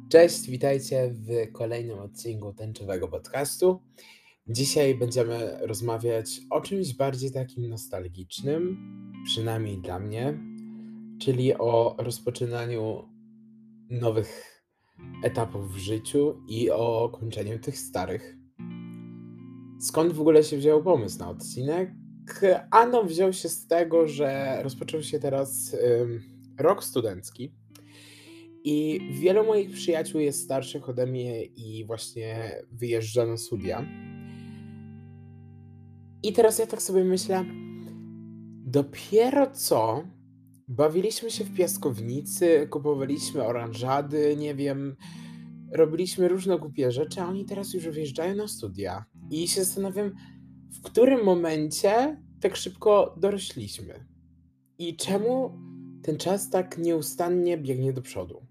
Cześć, witajcie w kolejnym odcinku Tęczowego Podcastu. Dzisiaj będziemy rozmawiać o czymś bardziej takim nostalgicznym, przynajmniej dla mnie, czyli o rozpoczynaniu nowych etapów w życiu i o kończeniu tych starych. Skąd w ogóle się wziął pomysł na odcinek? Ano wziął się z tego, że rozpoczął się teraz rok studencki. I wielu moich przyjaciół jest starszych ode mnie i właśnie wyjeżdża na studia. I teraz ja tak sobie myślę, dopiero co bawiliśmy się w piaskownicy, kupowaliśmy oranżady, nie wiem, robiliśmy różne głupie rzeczy, a oni teraz już wyjeżdżają na studia. I się zastanawiam, w którym momencie tak szybko dorośliśmy i czemu ten czas tak nieustannie biegnie do przodu.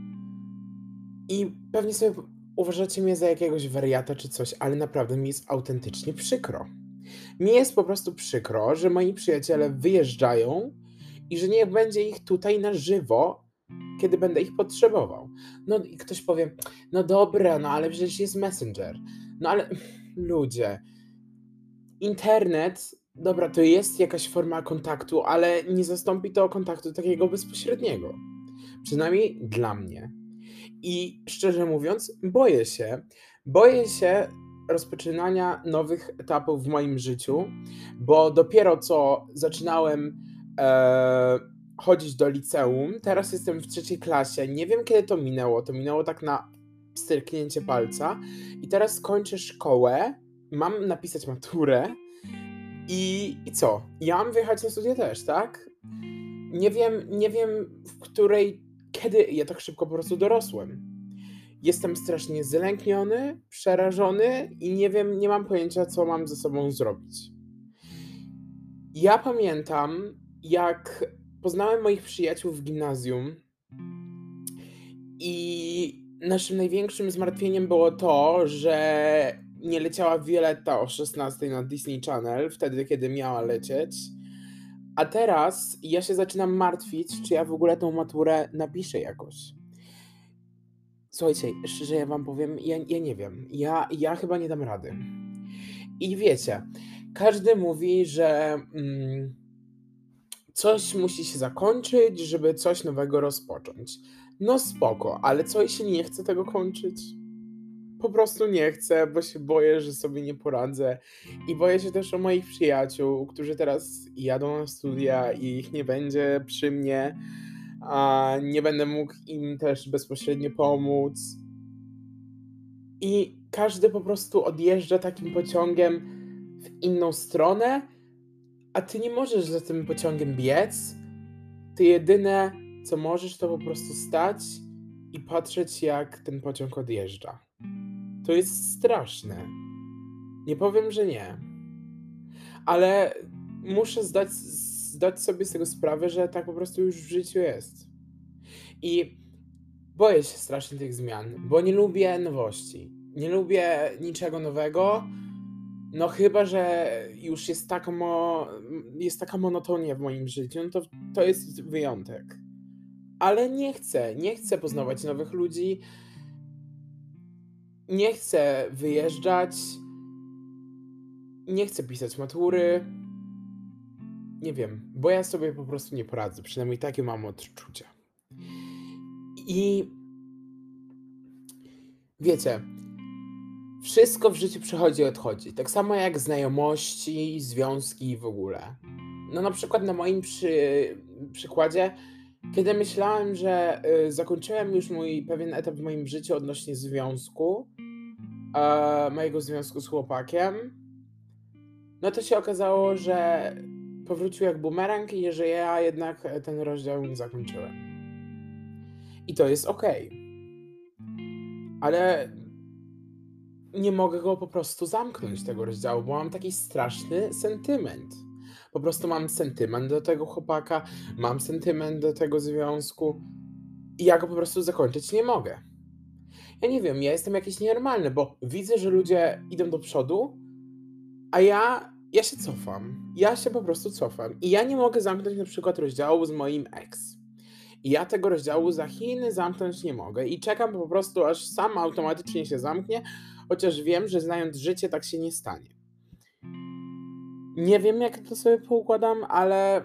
I pewnie sobie uważacie mnie za jakiegoś wariata czy coś, ale naprawdę mi jest autentycznie przykro. Mi jest po prostu przykro, że moi przyjaciele wyjeżdżają i że nie będzie ich tutaj na żywo, kiedy będę ich potrzebował. No i ktoś powie, no dobra, no ale przecież jest Messenger. No ale ludzie, internet, dobra, to jest jakaś forma kontaktu, ale nie zastąpi to kontaktu takiego bezpośredniego. Przynajmniej dla mnie. I szczerze mówiąc, boję się rozpoczynania nowych etapów w moim życiu, bo dopiero co zaczynałem, chodzić do liceum, teraz jestem w trzeciej klasie, nie wiem kiedy to minęło tak na pstryknięcie palca i teraz kończę szkołę, mam napisać maturę i co? Ja mam wyjechać na studia też, tak? Nie wiem kiedy ja tak szybko po prostu dorosłem. Jestem strasznie zlękniony, przerażony i nie mam pojęcia, co mam ze sobą zrobić. Ja pamiętam, jak poznałem moich przyjaciół w gimnazjum i naszym największym zmartwieniem było to, że nie leciała Violetta o 16 na Disney Channel, wtedy kiedy miała lecieć. A teraz ja się zaczynam martwić, czy ja w ogóle tą maturę napiszę jakoś. Słuchajcie, szczerze ja wam powiem, ja nie wiem. Ja chyba nie dam rady. I wiecie, każdy mówi, że coś musi się zakończyć, żeby coś nowego rozpocząć. No spoko, ale co jeśli nie chcę tego kończyć? Po prostu nie chcę, bo się boję, że sobie nie poradzę. I boję się też o moich przyjaciół, którzy teraz jadą na studia i ich nie będzie przy mnie, a nie będę mógł im też bezpośrednio pomóc. I każdy po prostu odjeżdża takim pociągiem w inną stronę, a ty nie możesz za tym pociągiem biec. Ty jedyne, co możesz, to po prostu stać i patrzeć, jak ten pociąg odjeżdża. To jest straszne. Nie powiem, że nie. Ale muszę zdać sobie z tego sprawę, że tak po prostu już w życiu jest. I boję się strasznie tych zmian, bo nie lubię nowości. Nie lubię niczego nowego, no chyba, że już jest taka monotonia w moim życiu, no to jest wyjątek. Ale nie chcę poznawać nowych ludzi, nie chcę wyjeżdżać, nie chcę pisać matury. Nie wiem, bo ja sobie po prostu nie poradzę, przynajmniej takie mam odczucia. I wiecie, wszystko w życiu przychodzi i odchodzi. Tak samo jak znajomości, związki i w ogóle. No na przykład na moim przykładzie, kiedy myślałem, że zakończyłem już mój pewien etap w moim życiu odnośnie związku, mojego związku z chłopakiem, no to się okazało, że powrócił jak bumerang i że ja jednak ten rozdział nie zakończyłem. I to jest okej. Ale nie mogę go po prostu zamknąć, tego rozdziału, bo mam taki straszny sentyment. Po prostu mam sentyment do tego chłopaka, mam sentyment do tego związku i ja go po prostu zakończyć nie mogę. Ja nie wiem, ja jestem jakiś nienormalny, bo widzę, że ludzie idą do przodu, a ja się cofam. Ja się po prostu cofam. I ja nie mogę zamknąć na przykład rozdziału z moim ex. I ja tego rozdziału za Chiny zamknąć nie mogę i czekam po prostu, aż sam automatycznie się zamknie, chociaż wiem, że znając życie, tak się nie stanie. Nie wiem, jak to sobie poukładam, ale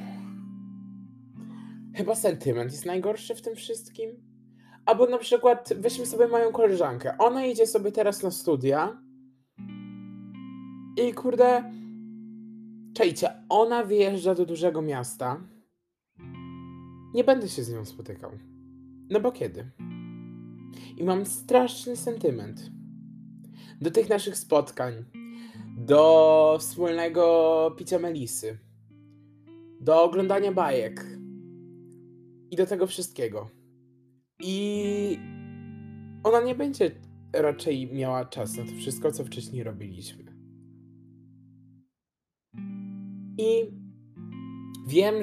chyba sentyment jest najgorszy w tym wszystkim. Albo na przykład weźmy sobie moją koleżankę. Ona idzie sobie teraz na studia i kurde, czajcie, ona wyjeżdża do dużego miasta. Nie będę się z nią spotykał. No bo kiedy? I mam straszny sentyment do tych naszych spotkań, do wspólnego picia melisy, do oglądania bajek i do tego wszystkiego. I ona nie będzie raczej miała czas na to wszystko, co wcześniej robiliśmy. I wiem,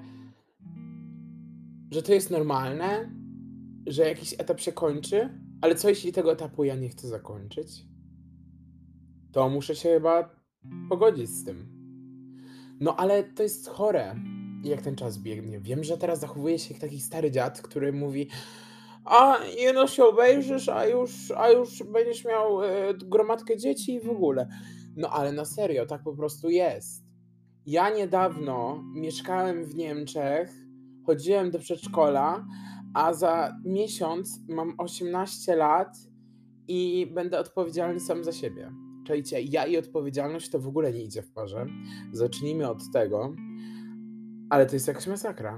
że to jest normalne, że jakiś etap się kończy, ale co jeśli tego etapu ja nie chcę zakończyć? To muszę się chyba pogodzić z tym. No ale to jest chore, jak ten czas biegnie. Wiem, że teraz zachowuję się jak taki stary dziad, który mówi: a jeno się obejrzysz, a już będziesz miał gromadkę dzieci i w ogóle. No ale na serio, tak po prostu jest. Ja niedawno mieszkałem w Niemczech, chodziłem do przedszkola, a za miesiąc mam 18 lat i będę odpowiedzialny sam za siebie. Czajcie, ja i odpowiedzialność to w ogóle nie idzie w parze. Zacznijmy od tego, ale to jest jakaś masakra.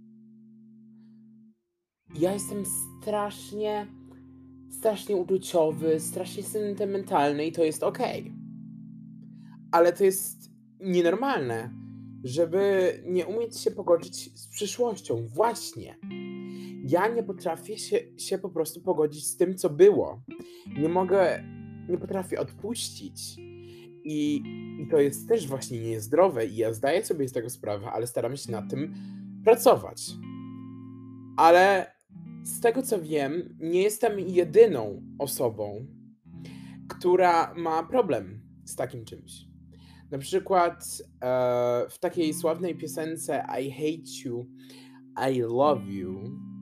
Ja jestem strasznie uczuciowy, strasznie sentymentalny i to jest okej. Ale to jest nienormalne, żeby nie umieć się pogodzić z przyszłością. Właśnie. Ja nie potrafię się po prostu pogodzić z tym, co było. Nie potrafię odpuścić. I to jest też właśnie niezdrowe i ja zdaję sobie z tego sprawę, ale staram się nad tym pracować. Ale z tego, co wiem, nie jestem jedyną osobą, która ma problem z takim czymś. Na przykład w takiej sławnej piosence I Hate You, I Love You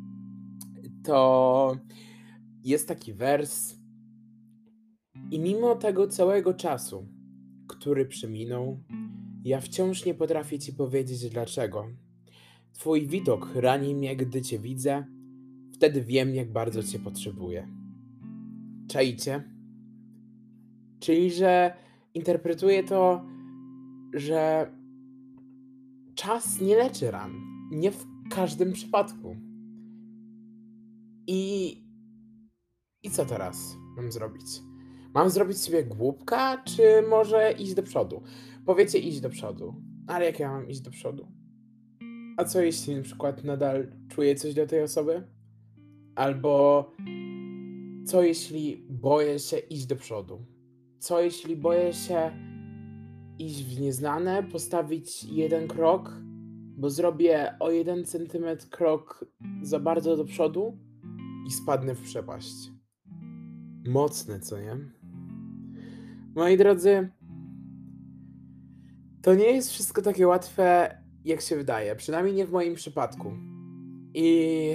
to jest taki wers i mimo tego całego czasu, który przeminął, ja wciąż nie potrafię ci powiedzieć dlaczego. Twój widok rani mnie, gdy cię widzę, wtedy wiem, jak bardzo cię potrzebuję. Czajcie? Czyli, że interpretuję to, że czas nie leczy ran. Nie w każdym przypadku. I, I co teraz mam zrobić? Mam zrobić sobie głupka, czy może iść do przodu? Powiecie iść do przodu. Ale jak ja mam iść do przodu? A co jeśli na przykład nadal czuję coś do tej osoby? Albo co jeśli boję się iść do przodu? Co jeśli boję się iść w nieznane, postawić jeden krok, bo zrobię o 1 centymetr krok za bardzo do przodu i spadnę w przepaść. Mocne, co nie? Moi drodzy, to nie jest wszystko takie łatwe, jak się wydaje. Przynajmniej nie w moim przypadku. I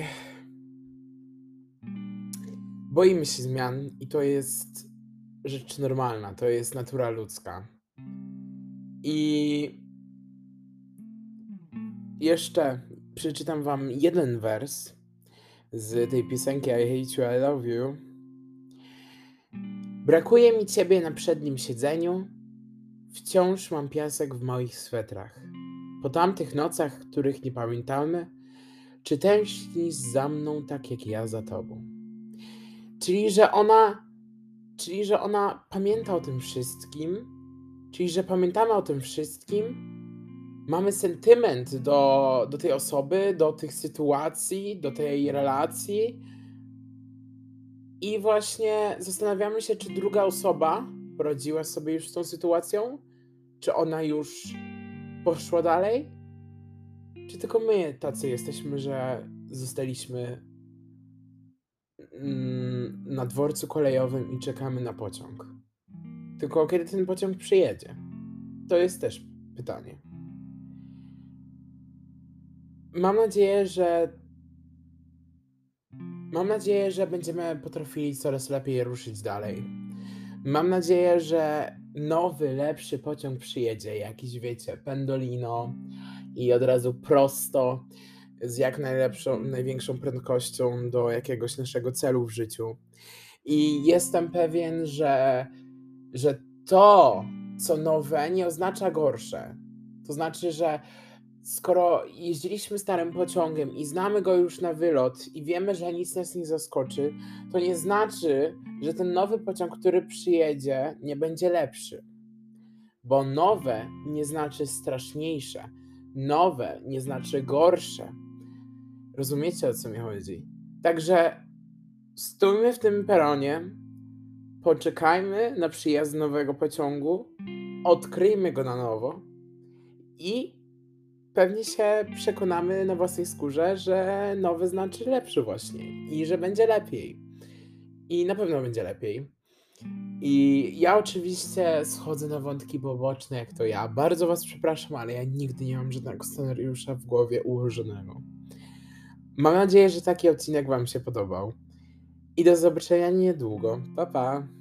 boimy się zmian i to jest rzecz normalna, to jest natura ludzka. I jeszcze przeczytam wam jeden wers z tej piosenki I Hate You, I Love You. Brakuje mi ciebie na przednim siedzeniu, wciąż mam piasek w moich swetrach. Po tamtych nocach, których nie pamiętamy, czy tęsknisz za mną tak jak ja za tobą? Czyli, że ona pamięta o tym wszystkim, czyli, że pamiętamy o tym wszystkim, mamy sentyment do tej osoby, do tych sytuacji, do tej relacji i właśnie zastanawiamy się, czy druga osoba poradziła sobie już z tą sytuacją, czy ona już poszła dalej, czy tylko my tacy jesteśmy, że zostaliśmy na dworcu kolejowym i czekamy na pociąg. Tylko kiedy ten pociąg przyjedzie? To jest też pytanie. Mam nadzieję, że Mam nadzieję, że będziemy potrafili coraz lepiej ruszyć dalej. Mam nadzieję, że nowy, lepszy pociąg przyjedzie, jakiś, wiecie, pendolino i od razu prosto z jak największą prędkością do jakiegoś naszego celu w życiu. I jestem pewien, że to, co nowe, nie oznacza gorsze. To znaczy, że skoro jeździliśmy starym pociągiem i znamy go już na wylot i wiemy, że nic nas nie zaskoczy, to nie znaczy, że ten nowy pociąg, który przyjedzie, nie będzie lepszy. Bo nowe nie znaczy straszniejsze. Nowe nie znaczy gorsze. Rozumiecie, o co mi chodzi? Także stójmy w tym peronie, poczekajmy na przyjazd nowego pociągu, odkryjmy go na nowo i pewnie się przekonamy na własnej skórze, że nowy znaczy lepszy właśnie i że będzie lepiej. I na pewno będzie lepiej. I ja oczywiście schodzę na wątki poboczne, jak to ja. Bardzo was przepraszam, ale ja nigdy nie mam żadnego scenariusza w głowie ułożonego. Mam nadzieję, że taki odcinek wam się podobał. I do zobaczenia niedługo. Pa, pa!